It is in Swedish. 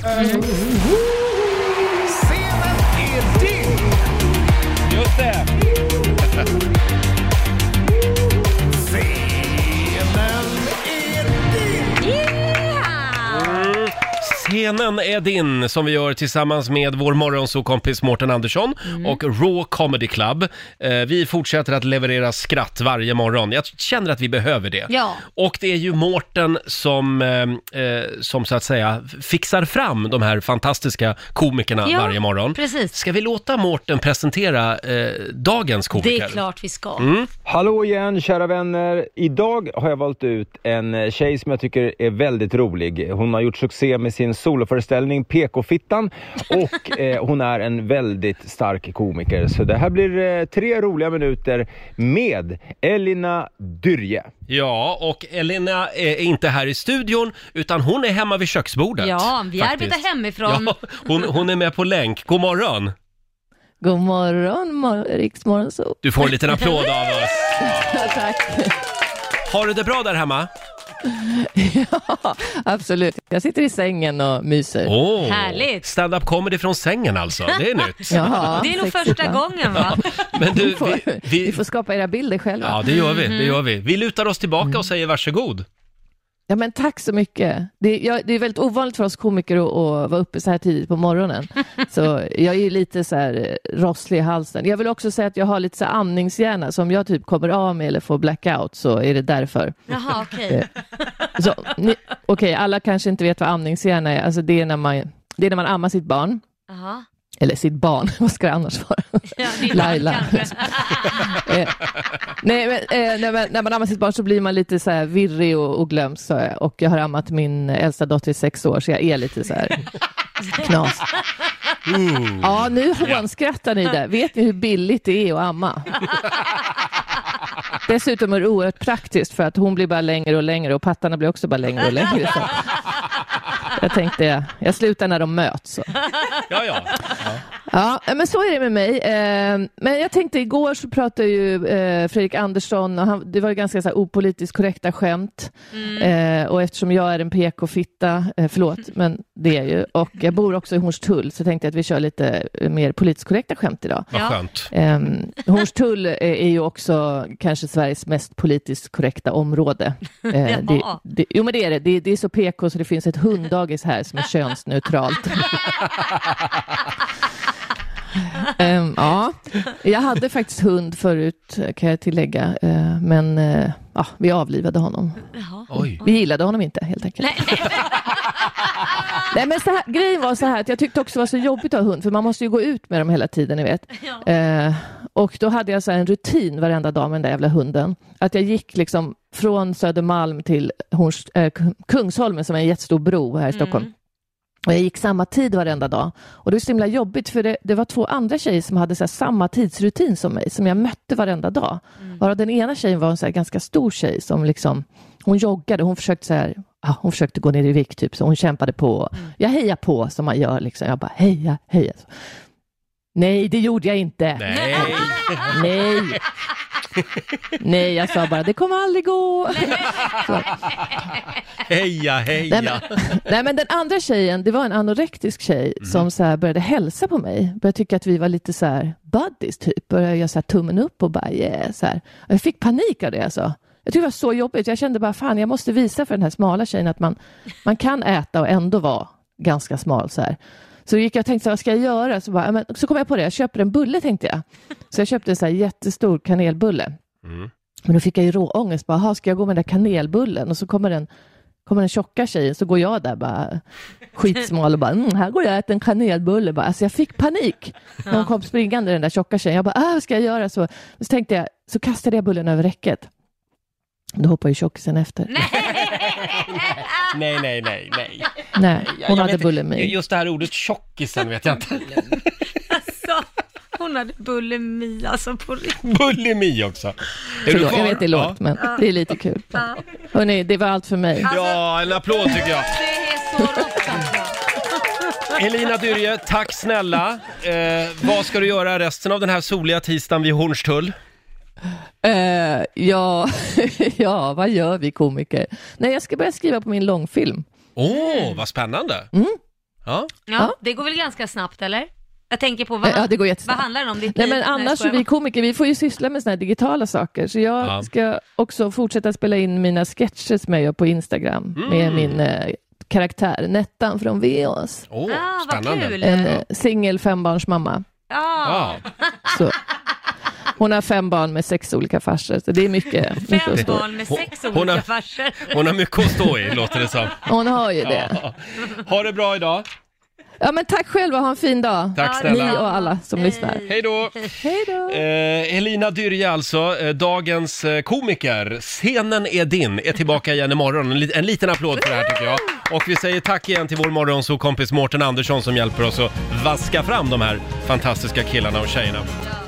Scenen är din! Just det! Scenen är din, som vi gör tillsammans med vår morgonsåkompis Mårten Andersson och Raw Comedy Club. Vi fortsätter att leverera skratt varje morgon. Jag känner att vi behöver det. Ja. Och det är ju Mårten som så att säga fixar fram de här fantastiska komikerna varje morgon. Precis. Ska vi låta Mårten presentera dagens komiker? Det är klart vi ska. Hallå igen, kära vänner. Idag har jag valt ut en tjej som jag tycker är väldigt rolig. Hon har gjort succé med sin soloföreställning PK-fittan och hon är en väldigt stark komiker. Så det här blir 3 roliga minuter med Elina Dyrje. Ja, och Elina är inte här i studion utan hon är hemma vid köksbordet. Ja, vi faktiskt. arbetar hemifrån. Ja, hon är med på länk. God morgon. God morgon, Riksmorgon så. Du får en liten applåd av oss. Tack. Har du det bra där hemma? Ja, absolut. Jag sitter i sängen och myser. Härligt. Stand-up comedy från sängen alltså. Det är nytt. Jaha, Det är nog sexigt, första va? gången, va? Men du, Vi får skapa era bilder själva. Ja, det gör vi. Vi lutar oss tillbaka och säger varsågod. Ja, men tack så mycket. Det är väldigt ovanligt för oss komiker att vara uppe så här tidigt på morgonen. Så jag är ju lite så här rosslig i halsen. Jag vill också säga att jag har lite så här amningshjärna. Så om jag typ kommer av mig eller får blackout så är det därför. Jaha, okej. Okej, alla kanske inte vet vad amningshjärna är. Alltså det är när man ammar sitt barn. Jaha. Eller sitt barn, vad ska det annars vara? Ja, Laila. När man ammar sitt barn så blir man lite så här virrig och glömsk. Och jag har ammat min äldsta dotter i 6 år så jag är lite så här knas. Ja, nu hånskrattar ni där. Vet ni hur billigt det är att amma? Dessutom är det oerhört praktiskt för att hon blir bara längre och längre och pattarna blir också bara längre och längre. Så. Jag tänkte, jag slutar när de möts. Så. Ja, men så är det med mig. Men jag tänkte, igår så pratade ju Fredrik Andersson och det var ju ganska så här opolitiskt korrekta skämt. Och eftersom jag är en PK-fitta, förlåt, men det är ju. Och jag bor också i Hornstull så tänkte jag att vi kör lite mer politiskt korrekta skämt idag. Vad skönt. Hornstull är ju också kanske Sveriges mest politiskt korrekta område. Jo, men det är det. Det är så PK så det finns ett hunddagis här som är könsneutralt. Ja, jag hade faktiskt hund förut kan jag tillägga, men vi avlivade honom. Oj. Vi gillade honom inte helt enkelt. Nej, men grejen var så här att jag tyckte också det var så jobbigt att ha hund för man måste ju gå ut med dem hela tiden, ni vet. Och då hade jag så här en rutin varenda dag med den där jävla hunden. Att jag gick liksom från Södermalm till Kungsholmen som är en jättestor bro här i Stockholm. Och jag gick samma tid varenda dag. Och det var så himla jobbigt för det var 2 andra tjejer som hade så här samma tidsrutin som mig. Som jag mötte varenda dag. Bara den ena tjejen var en så här ganska stor tjej som liksom, hon joggade. Hon försökte så här, hon försökte gå ner i vikt typ. Så hon kämpade på. Jag hejar på som man gör liksom. Jag bara heja. Nej, det gjorde jag inte. Nej, jag sa bara, det kommer aldrig gå. Heja. Nej, men den andra tjejen, det var en anorektisk tjej som så här började hälsa på mig. Började tycka att vi var lite så här buddies typ. Började göra så här tummen upp och bara så här. Jag fick panik av det alltså. Jag tyckte det var så jobbigt. Jag kände bara, fan, jag måste visa för den här smala tjejen att man kan äta och ändå vara ganska smal så här. Så gick jag och tänkte, vad ska jag göra? Så kom jag på det, jag köper en bulle tänkte jag. Så jag köpte en så här jättestor kanelbulle. Men då fick jag ju råångest. Ska jag gå med den där kanelbullen? Och så kommer den tjocka tjejen. Så går jag där bara skitsmal och bara, här går jag och äter en kanelbulle. Alltså jag fick panik. När hon kom springande den där tjocka tjejen. Jag bara, vad ska jag göra? Så tänkte jag, så kastade jag bullen över räcket. Då hoppar ju tjockisen efter. Nej, hon hade bulimi. Just det här ordet tjockisen vet jag inte. Alltså, hon hade bulimi, alltså på riktigt. Bulimi också. Förlåt, jag vet det är lågt, men det är lite kul. Hörrni, det var allt för mig. Ja, en applåd tycker jag. Det är så rått alltså. Elina Dyrje, tack snälla. Vad ska du göra resten av den här soliga tisdagen vid Hornstull? Ja, vad gör vi komiker? Nej, jag ska börja skriva på min långfilm. Vad spännande. Ja, det går väl ganska snabbt, eller? Jag tänker på, Ja, det går vad jättesnabbt. handlar det om? Nej, men annars så vi komiker, vi får ju syssla med såna här digitala saker. Så jag ska också fortsätta spela in mina sketcher som jag gör på Instagram med min karaktär Nettan från Veås. Spännande. Vad kul. En singel 5-barnsmamma. Ja. Så. Hon har 5 barn med 6 olika farsor, så det är mycket att 5 stå. barn med 6 olika farsor. Hon har mycket att stå i, låter det som. Hon har ju det. Ha det bra idag. Ja, men tack själva, ha en fin dag. Tack snälla. Ni och alla som lyssnar. Hej då! Hej då! Elina Dyrje alltså, dagens komiker. Scenen är din, är tillbaka igen imorgon. En liten applåd för det här tycker jag. Och vi säger tack igen till vår morgonsokompis Mårten Andersson som hjälper oss att vaska fram de här fantastiska killarna och tjejerna.